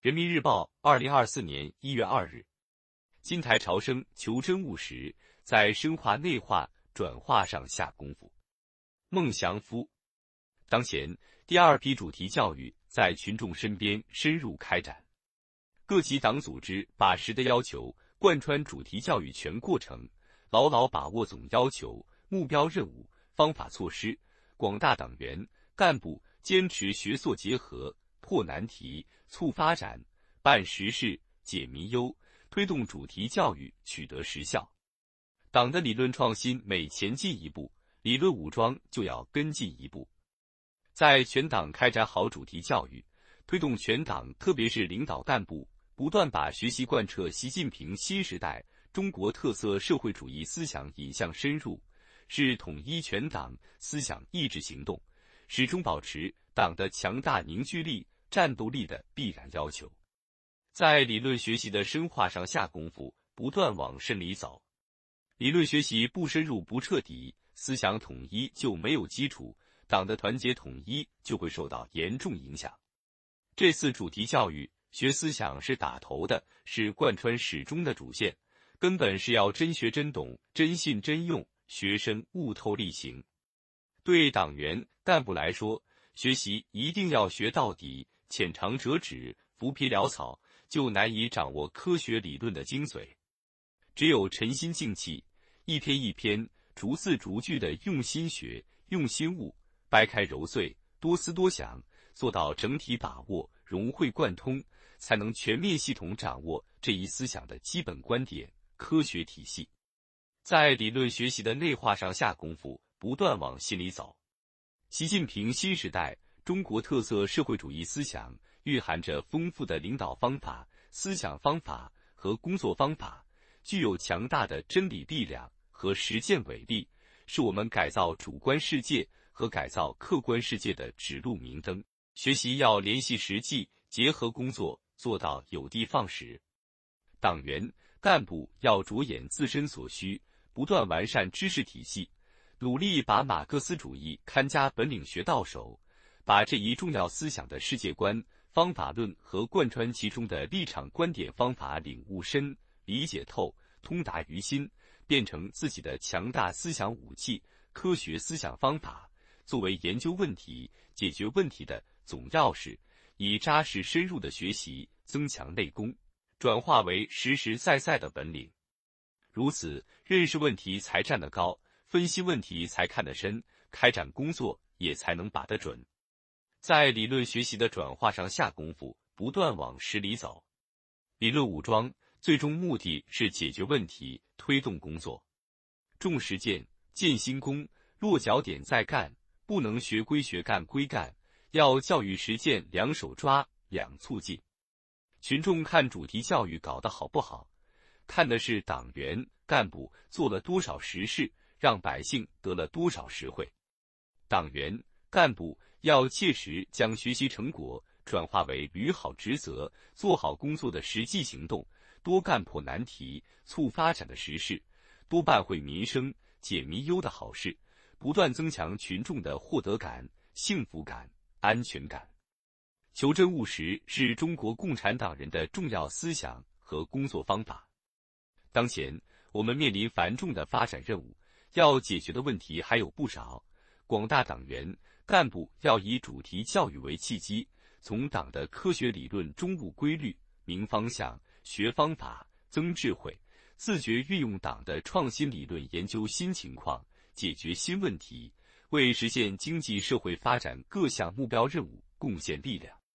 人民日报2024年1月2日，金台潮生求真务实，在深化内化转化上下功夫。孟祥夫，当前第二批主题教育在群众身边深入开展，各级党组织把实的要求贯穿主题教育全过程，牢牢把握总要求、目标任务、方法措施。广大党员干部坚持学措结合，破难题、促发展，办实事、解民忧，推动主题教育取得实效。党的理论创新每前进一步，理论武装就要跟进一步。在全党开展好主题教育，推动全党特别是领导干部不断把学习贯彻习近平新时代中国特色社会主义思想引向深入，是统一全党思想意志行动，始终保持党的强大凝聚力、战斗力的必然要求。在理论学习的深化上下功夫，不断往深里走。理论学习不深入不彻底，思想统一就没有基础，党的团结统一就会受到严重影响。这次主题教育学思想是打头的，是贯穿始终的主线，根本是要真学真懂、真信真用，学生悟透力行。对党员干部来说，学习一定要学到底，浅尝辄止、浮皮潦草，就难以掌握科学理论的精髓。只有沉心静气，一篇一篇、逐字逐句的用心学、用心悟，掰开揉碎，多思多想，做到整体把握、融会贯通，才能全面系统掌握这一思想的基本观点、科学体系。在理论学习的内化上下功夫，不断往心里走。习近平新时代中国特色社会主义思想蕴含着丰富的领导方法、思想方法和工作方法，具有强大的真理力量和实践伟力，是我们改造主观世界和改造客观世界的指路明灯。学习要联系实际，结合工作，做到有的放矢。党员干部要着眼自身所需，不断完善知识体系，努力把马克思主义看家本领学到手，把这一重要思想的世界观、方法论和贯穿其中的立场、观点、方法领悟深、理解透、通达于心，变成自己的强大思想武器、科学思想方法，作为研究问题、解决问题的总钥匙，以扎实深入的学习增强内功，转化为实实在在的本领。如此，认识问题才站得高，分析问题才看得深，开展工作也才能把得准。在理论学习的转化上下功夫，不断往实里走。理论武装最终目的是解决问题，推动工作。重实践，建新功，落脚点再干，不能学归学，干归干，要教育实践两手抓，两促进。群众看主题教育搞得好不好，看的是党员干部做了多少实事，让百姓得了多少实惠。党员干部要切实将学习成果转化为履好职责、做好工作的实际行动，多干破难题、促发展的实事，多办惠民生、解民忧的好事，不断增强群众的获得感、幸福感、安全感。求真务实是中国共产党人的重要思想和工作方法。当前我们面临繁重的发展任务，要解决的问题还有不少。广大党员干部要以主题教育为契机，从党的科学理论中悟规律、明方向、学方法、增智慧，自觉运用党的创新理论研究新情况，解决新问题，为实现经济社会发展各项目标任务贡献力量。